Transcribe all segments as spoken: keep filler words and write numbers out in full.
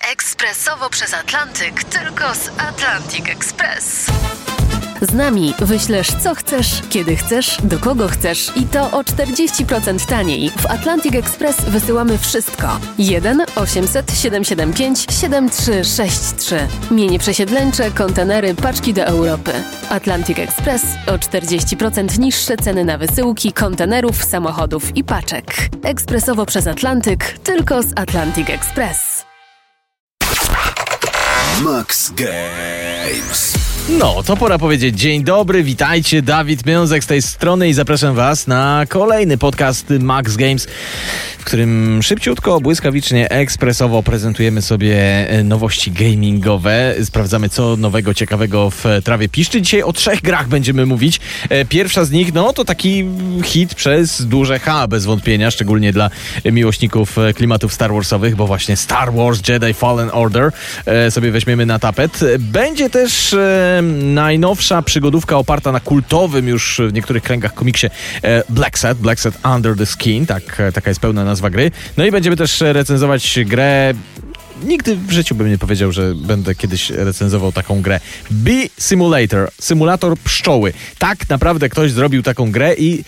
Ekspresowo przez Atlantyk, tylko z Atlantic Express. Z nami wyślesz co chcesz, kiedy chcesz, do kogo chcesz i to o czterdzieści procent taniej. W Atlantic Express wysyłamy wszystko. jeden osiemset siedemset siedemdziesiąt pięć siedemdziesiąt trzy sześćdziesiąt trzy. Mienie przesiedleńcze, kontenery, paczki do Europy. Atlantic Express o czterdzieści procent niższe ceny na wysyłki, kontenerów, samochodów i paczek. Ekspresowo przez Atlantyk, tylko z Atlantic Express. Max Games. No, to pora powiedzieć dzień dobry, witajcie, Dawid Miązek z tej strony i zapraszam was na kolejny podcast Max Games, w którym szybciutko, błyskawicznie, ekspresowo prezentujemy sobie nowości gamingowe. Sprawdzamy, co nowego, ciekawego w trawie piszczy. Dzisiaj o trzech grach będziemy mówić. Pierwsza z nich, no to taki hit przez duże H, bez wątpienia, szczególnie dla miłośników klimatów Star Warsowych, bo właśnie Star Wars Jedi Fallen Order sobie weźmiemy na tapet. Będzie też najnowsza przygodówka oparta na kultowym już w niektórych kręgach komiksie Black Set, Black Set Under the Skin, tak, taka jest pełna nazwa gry. No i będziemy też recenzować grę. Nigdy w życiu bym nie powiedział, że będę kiedyś recenzował taką grę. Bee Simulator, symulator pszczoły. Tak naprawdę ktoś zrobił taką grę i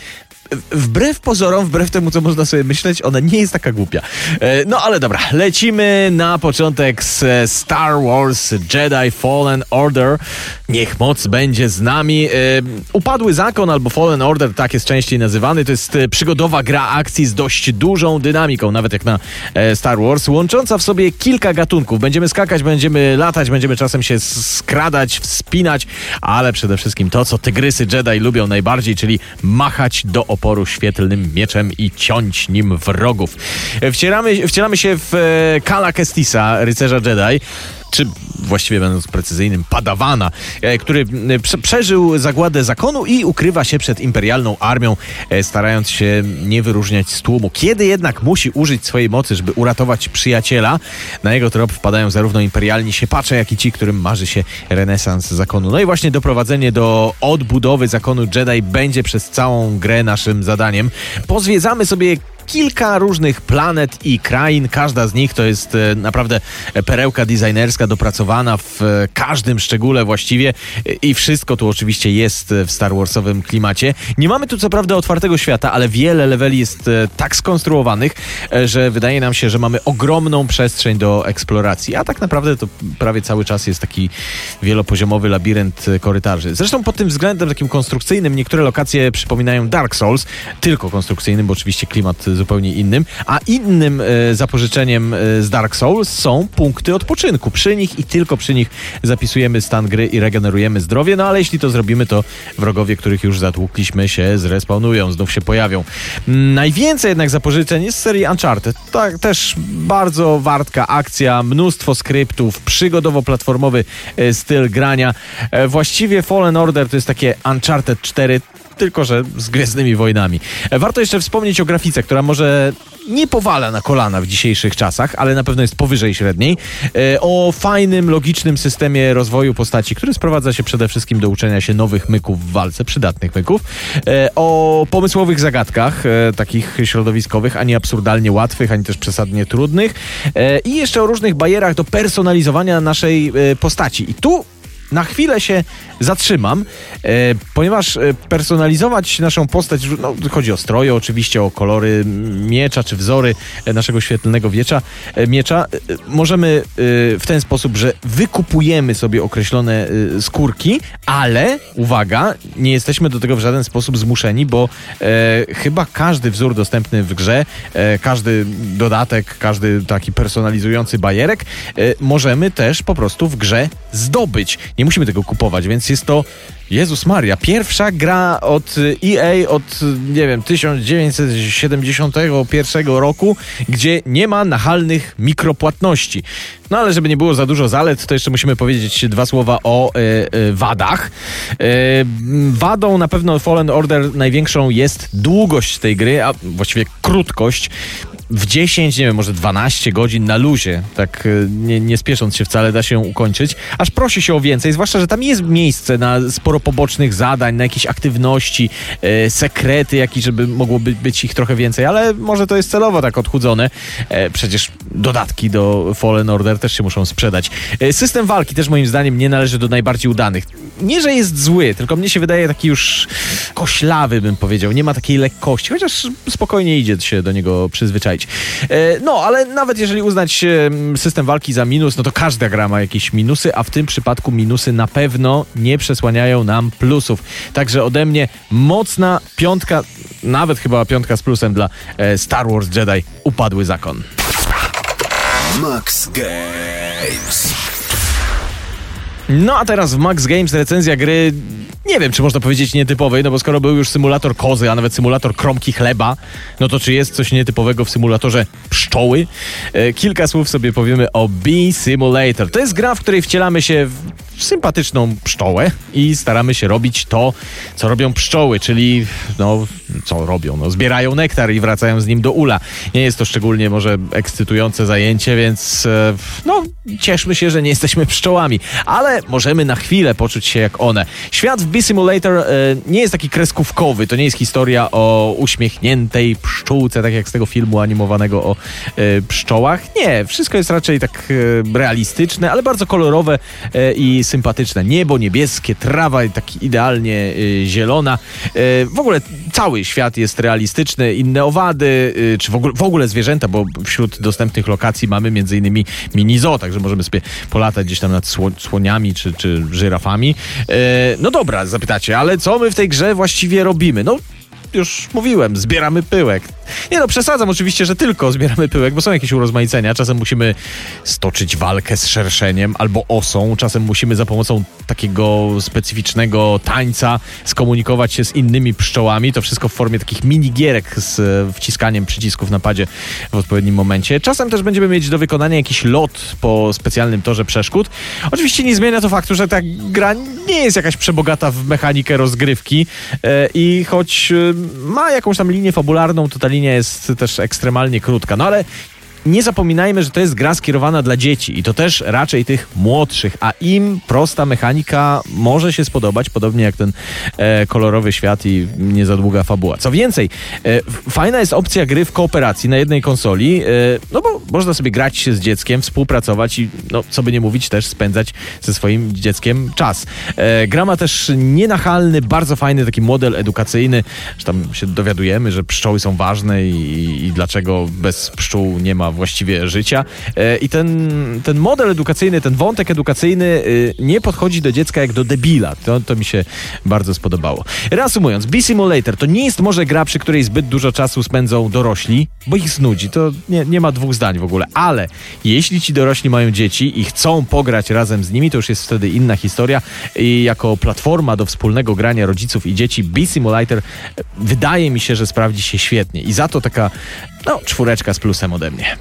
wbrew pozorom, wbrew temu, co można sobie myśleć, ona nie jest taka głupia. No ale dobra, lecimy na początek z Star Wars Jedi Fallen Order. Niech moc będzie z nami. Upadły Zakon albo Fallen Order, tak jest częściej nazywany. To jest przygodowa gra akcji z dość dużą dynamiką, nawet jak na Star Wars, łącząca w sobie kilka gatunków. Będziemy skakać, będziemy latać, będziemy czasem się skradać, wspinać, ale przede wszystkim to, co tygrysy Jedi lubią najbardziej, czyli machać do oporu oporu świetlnym mieczem i ciąć nim wrogów. Wcieramy, wcielamy się w e, Kala Kestisa, rycerza Jedi, czy właściwie będąc precyzyjnym, Padawana, e, który e, prze, przeżył zagładę zakonu i ukrywa się przed imperialną armią, e, starając się nie wyróżniać z tłumu. Kiedy jednak musi użyć swojej mocy, żeby uratować przyjaciela, na jego trop wpadają zarówno imperialni siepacze, jak i ci, którym marzy się renesans zakonu. No i właśnie doprowadzenie do odbudowy zakonu Jedi będzie przez całą grę naszym zadaniem. Pozwiedzamy sobie kilka różnych planet i krain. Każda z nich to jest e, naprawdę perełka designerska dopracowana w e, każdym szczególe właściwie e, i wszystko tu oczywiście jest w Star Warsowym klimacie. Nie mamy tu co prawda otwartego świata, ale wiele leveli jest e, tak skonstruowanych, e, że wydaje nam się, że mamy ogromną przestrzeń do eksploracji, a tak naprawdę to prawie cały czas jest taki wielopoziomowy labirynt korytarzy. Zresztą pod tym względem takim konstrukcyjnym niektóre lokacje przypominają Dark Souls, tylko konstrukcyjnym, bo oczywiście klimat zupełnie innym, a innym e, zapożyczeniem e, z Dark Souls są punkty odpoczynku. Przy nich i tylko przy nich zapisujemy stan gry i regenerujemy zdrowie, no ale jeśli to zrobimy, to wrogowie, których już zatłukliśmy, się zrespawnują, znów się pojawią. Najwięcej jednak zapożyczeń jest z serii Uncharted. Tak, też bardzo wartka akcja, mnóstwo skryptów, przygodowo-platformowy e, styl grania. E, właściwie Fallen Order to jest takie Uncharted cztery, tylko że z Gwiezdnymi Wojnami. Warto jeszcze wspomnieć o grafice, która może nie powala na kolana w dzisiejszych czasach, ale na pewno jest powyżej średniej. O fajnym, logicznym systemie rozwoju postaci, który sprowadza się przede wszystkim do uczenia się nowych myków w walce, przydatnych myków. O pomysłowych zagadkach, takich środowiskowych, ani absurdalnie łatwych, ani też przesadnie trudnych. I jeszcze o różnych barierach do personalizowania naszej postaci. I tu na chwilę się zatrzymam, e, ponieważ personalizować naszą postać, no, chodzi o stroje, oczywiście o kolory miecza, czy wzory naszego świetlnego wiecza, e, miecza, e, możemy e, w ten sposób, że wykupujemy sobie określone e, skórki, ale, uwaga, nie jesteśmy do tego w żaden sposób zmuszeni, bo e, chyba każdy wzór dostępny w grze, e, każdy dodatek, każdy taki personalizujący bajerek, e, możemy też po prostu w grze zdobyć. Nie musimy tego kupować, więc jest to, Jezus Maria, pierwsza gra od E A od, nie wiem, tysiąc dziewięćset siedemdziesiątego pierwszego roku, gdzie nie ma nachalnych mikropłatności. No ale żeby nie było za dużo zalet, to jeszcze musimy powiedzieć dwa słowa o e, e, wadach. E, wadą na pewno Fallen Order największą jest długość tej gry, a właściwie krótkość. w dziesięć, nie wiem, może dwanaście godzin na luzie, tak nie, nie spiesząc się wcale, da się ją ukończyć. Aż prosi się o więcej, zwłaszcza, że tam jest miejsce na sporo pobocznych zadań, na jakieś aktywności, e, sekrety jakieś, żeby mogło by, być ich trochę więcej, ale może to jest celowo tak odchudzone. E, przecież dodatki do Fallen Order też się muszą sprzedać. E, system walki też moim zdaniem nie należy do najbardziej udanych. Nie, że jest zły, tylko mnie się wydaje taki już koślawy, bym powiedział. Nie ma takiej lekkości, chociaż spokojnie idzie się do niego przyzwyczaić. E, no, ale nawet jeżeli uznać e, system walki za minus, no to każda gra ma jakieś minusy, a w tym przypadku minusy na pewno nie przesłaniają nam plusów. Także ode mnie mocna piątka, nawet chyba piątka z plusem dla e, Star Wars Jedi Upadły Zakon. Max Games. No a teraz w Max Games recenzja gry, nie wiem, czy można powiedzieć nietypowej, no bo skoro był już symulator kozy, a nawet symulator kromki chleba, no to czy jest coś nietypowego w symulatorze pszczoły? E, kilka słów sobie powiemy o Bee Simulator. To jest gra, w której wcielamy się w sympatyczną pszczołę i staramy się robić to, co robią pszczoły, czyli no, co robią? No, zbierają nektar i wracają z nim do ula. Nie jest to szczególnie może ekscytujące zajęcie, więc e, no, cieszmy się, że nie jesteśmy pszczołami, ale możemy na chwilę poczuć się jak one. Świat w Bee Simulator e, nie jest taki kreskówkowy, to nie jest historia o uśmiechniętej pszczółce, tak jak z tego filmu animowanego o e, pszczołach. Nie, wszystko jest raczej tak e, realistyczne, ale bardzo kolorowe e, i sympatyczne. Niebo niebieskie, trawa tak idealnie y, zielona. Y, w ogóle cały świat jest realistyczny. Inne owady, y, czy w ogóle, w ogóle zwierzęta, bo wśród dostępnych lokacji mamy między innymi mini zoo, także możemy sobie polatać gdzieś tam nad sło, słoniami czy, czy żyrafami. Y, no dobra, zapytacie, ale co my w tej grze właściwie robimy? No już mówiłem, zbieramy pyłek. Nie no, przesadzam oczywiście, że tylko zbieramy pyłek, bo są jakieś urozmaicenia. Czasem musimy stoczyć walkę z szerszeniem albo osą. Czasem musimy za pomocą takiego specyficznego tańca skomunikować się z innymi pszczołami. To wszystko w formie takich minigierek z wciskaniem przycisków na padzie w odpowiednim momencie. Czasem też będziemy mieć do wykonania jakiś lot po specjalnym torze przeszkód. Oczywiście nie zmienia to faktu, że ta gra nie jest jakaś przebogata w mechanikę rozgrywki e, i choć ma jakąś tam linię fabularną, to ta linia jest też ekstremalnie krótka. No ale nie zapominajmy, że to jest gra skierowana dla dzieci i to też raczej tych młodszych, a im prosta mechanika może się spodobać, podobnie jak ten e, kolorowy świat i nie za długa fabuła. Co więcej, e, fajna jest opcja gry w kooperacji na jednej konsoli, e, no bo można sobie grać się z dzieckiem, współpracować i, no co by nie mówić, też spędzać ze swoim dzieckiem czas. E, gra ma też nienachalny, bardzo fajny taki model edukacyjny, że tam się dowiadujemy, że pszczoły są ważne i, i dlaczego bez pszczół nie ma właściwie życia. I ten, ten model edukacyjny, ten wątek edukacyjny nie podchodzi do dziecka jak do debila. To, to mi się bardzo spodobało. Reasumując, Bee Simulator to nie jest może gra, przy której zbyt dużo czasu spędzą dorośli, bo ich znudzi. To nie, nie ma dwóch zdań w ogóle. Ale jeśli ci dorośli mają dzieci i chcą pograć razem z nimi, to już jest wtedy inna historia. I jako platforma do wspólnego grania rodziców i dzieci Bee Simulator wydaje mi się, że sprawdzi się świetnie. I za to taka no, czwóreczka z plusem ode mnie.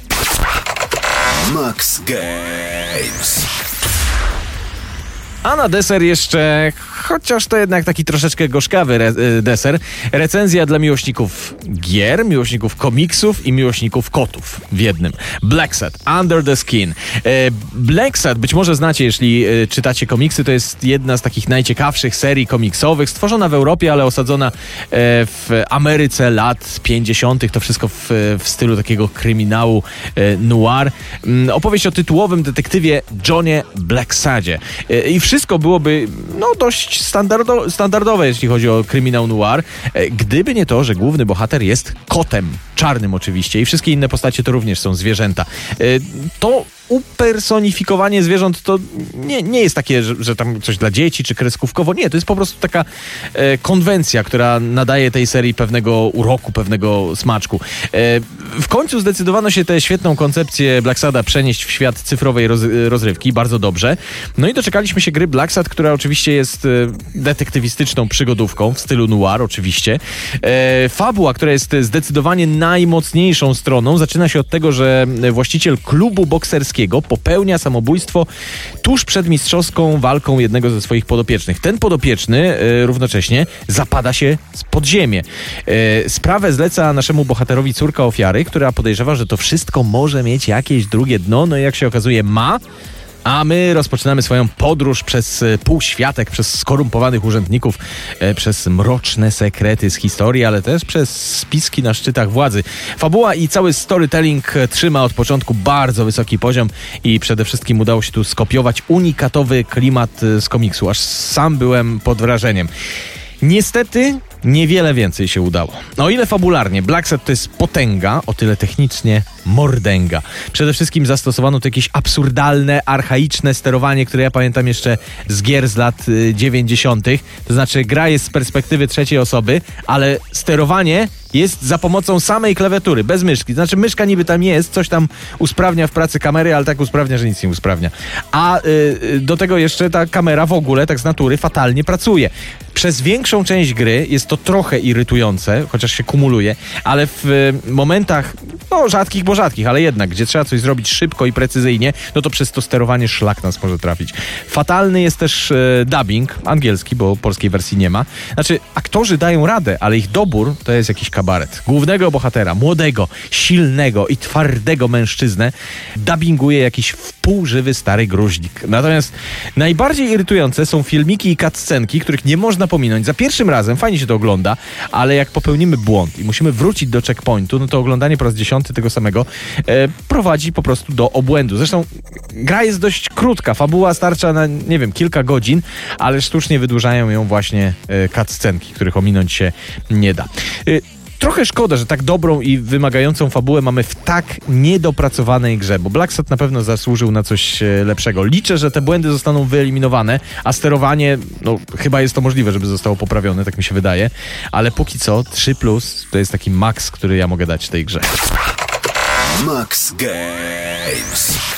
Max Games. A na deser jeszcze, chociaż to jednak taki troszeczkę gorzkawy re- deser, recenzja dla miłośników gier, miłośników komiksów i miłośników kotów w jednym. Blacksad, Under the Skin. E, Blacksad, być może znacie, jeśli e, czytacie komiksy, to jest jedna z takich najciekawszych serii komiksowych, stworzona w Europie, ale osadzona e, w Ameryce lat pięćdziesiątych. To wszystko w, w stylu takiego kryminału e, noir. E, opowieść o tytułowym detektywie Johnie Blacksadzie. E, I wszystko byłoby no dość standardo- standardowe, jeśli chodzi o kryminał noir, e, gdyby nie to, że główny bohater jest kotem, czarnym oczywiście, i wszystkie inne postacie to również są zwierzęta. E, to upersonifikowanie zwierząt to nie, nie jest takie, że, że tam coś dla dzieci czy kreskówkowo. Nie, to jest po prostu taka e, konwencja, która nadaje tej serii pewnego uroku, pewnego smaczku. E, w końcu zdecydowano się tę świetną koncepcję Blacksada przenieść w świat cyfrowej roz, rozrywki. Bardzo dobrze. No i doczekaliśmy się gry Blacksad, która oczywiście jest e, detektywistyczną przygodówką w stylu noir oczywiście. E, fabuła, która jest zdecydowanie najmocniejszą stroną, zaczyna się od tego, że właściciel klubu bokserskiego Kowalskiego popełnia samobójstwo tuż przed mistrzowską walką jednego ze swoich podopiecznych. Ten podopieczny y, równocześnie zapada się pod ziemię. Y, sprawę zleca naszemu bohaterowi córka ofiary, która podejrzewa, że to wszystko może mieć jakieś drugie dno, no i jak się okazuje ma. A my rozpoczynamy swoją podróż przez półświatek, przez skorumpowanych urzędników, e, przez mroczne sekrety z historii, ale też przez spiski na szczytach władzy. Fabuła i cały storytelling trzyma od początku bardzo wysoki poziom i przede wszystkim udało się tu skopiować unikatowy klimat z komiksu. Aż sam byłem pod wrażeniem. Niestety niewiele więcej się udało. O ile fabularnie Black Set to jest potęga, o tyle technicznie mordęga. Przede wszystkim zastosowano to jakieś absurdalne, archaiczne sterowanie, które ja pamiętam jeszcze z gier z lat dziewięćdziesiątych. To znaczy gra jest z perspektywy trzeciej osoby, ale sterowanie jest za pomocą samej klawiatury, bez myszki. Znaczy myszka niby tam jest, coś tam usprawnia w pracy kamery, ale tak usprawnia, że nic nie usprawnia. A yy, do tego jeszcze ta kamera w ogóle tak z natury fatalnie pracuje. Przez większą część gry jest to trochę irytujące, chociaż się kumuluje, ale w y, momentach, no rzadkich, bo rzadkich, ale jednak, gdzie trzeba coś zrobić szybko i precyzyjnie, no to przez to sterowanie szlak nas może trafić. Fatalny jest też y, dubbing angielski, bo polskiej wersji nie ma. Znaczy, aktorzy dają radę, ale ich dobór to jest jakiś kabaret. Głównego bohatera, młodego, silnego i twardego mężczyznę dubbinguje jakiś wpółżywy stary gruźlik. Natomiast najbardziej irytujące są filmiki i cutscenki, których nie można pominąć. Za pierwszym razem fajnie się to ogląda, ale jak popełnimy błąd i musimy wrócić do checkpointu, no to oglądanie po raz dziesiąty tego samego e, prowadzi po prostu do obłędu. Zresztą gra jest dość krótka, fabuła starcza na, nie wiem, kilka godzin, ale sztucznie wydłużają ją właśnie e, cutscenki, których ominąć się nie da. E, Trochę szkoda, że tak dobrą i wymagającą fabułę mamy w tak niedopracowanej grze, bo Black Set na pewno zasłużył na coś lepszego. Liczę, że te błędy zostaną wyeliminowane, a sterowanie, no chyba jest to możliwe, żeby zostało poprawione, tak mi się wydaje, ale póki co trzy plus to jest taki maks, który ja mogę dać tej grze. Max Games.